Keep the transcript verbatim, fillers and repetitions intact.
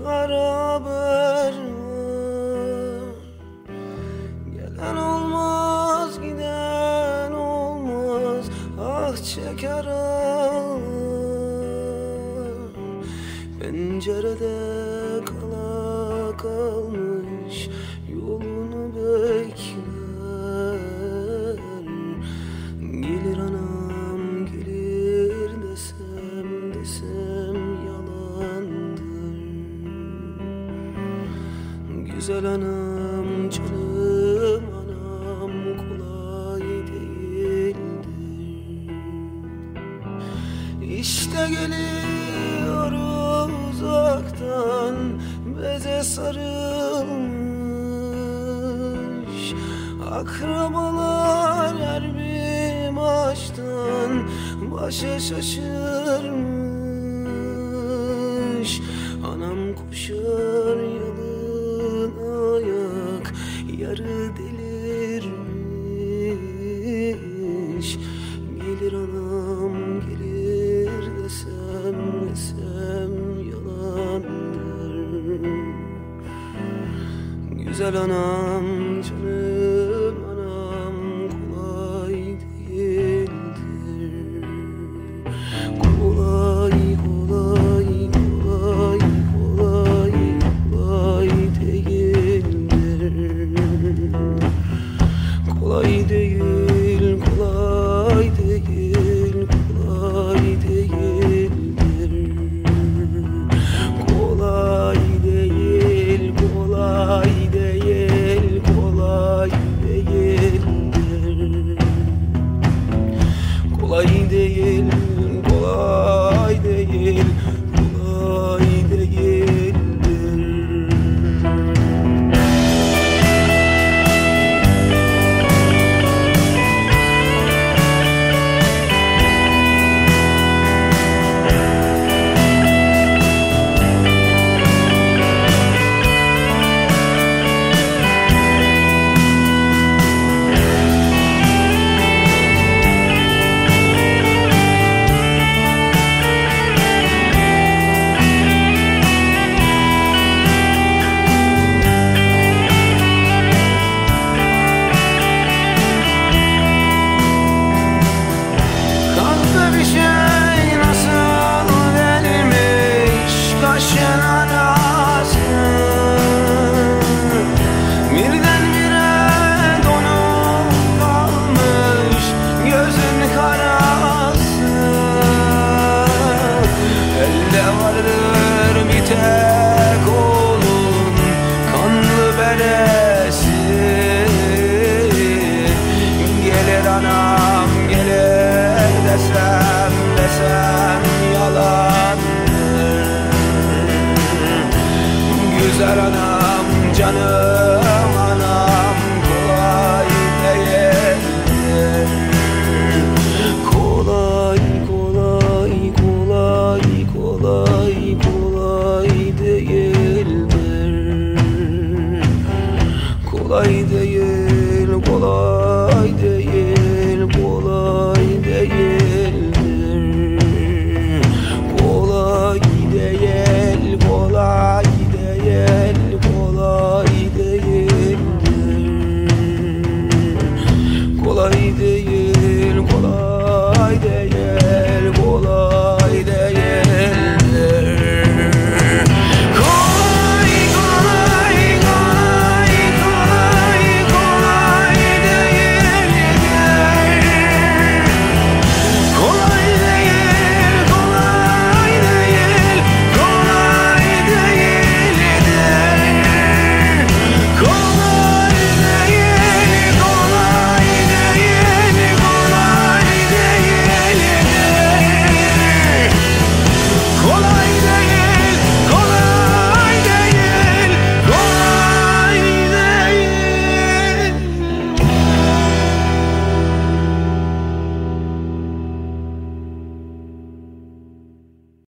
kara haber var. Gelen olmaz, giden olmaz, ah çeker ağlar. Pencerede kala kalmış yolunu bekler. Gelir anam gelir desem desem yalandır. Güzel anam canım anam kolay değildir. İşte geliyor uzaktan beze sarılmış. Akrabalar her bir maçtan başa şaşırmış. Anam koşar yalın ayak yarı delirmiş. Gelir anam gelir desem desem yalandır. Güzel anam canım anam kolay değildir. Kolay kolay kolay kolay kolay değildir. Kolay değil kolay değil kolay değildir. Kolay değil kolay değil kolay değildir. Kolay değil kolay değil kolay değildir. Güzel anam canım anam kolay değildir. Kolay kolay kolay kolay kolay değildir. Kolay değildir.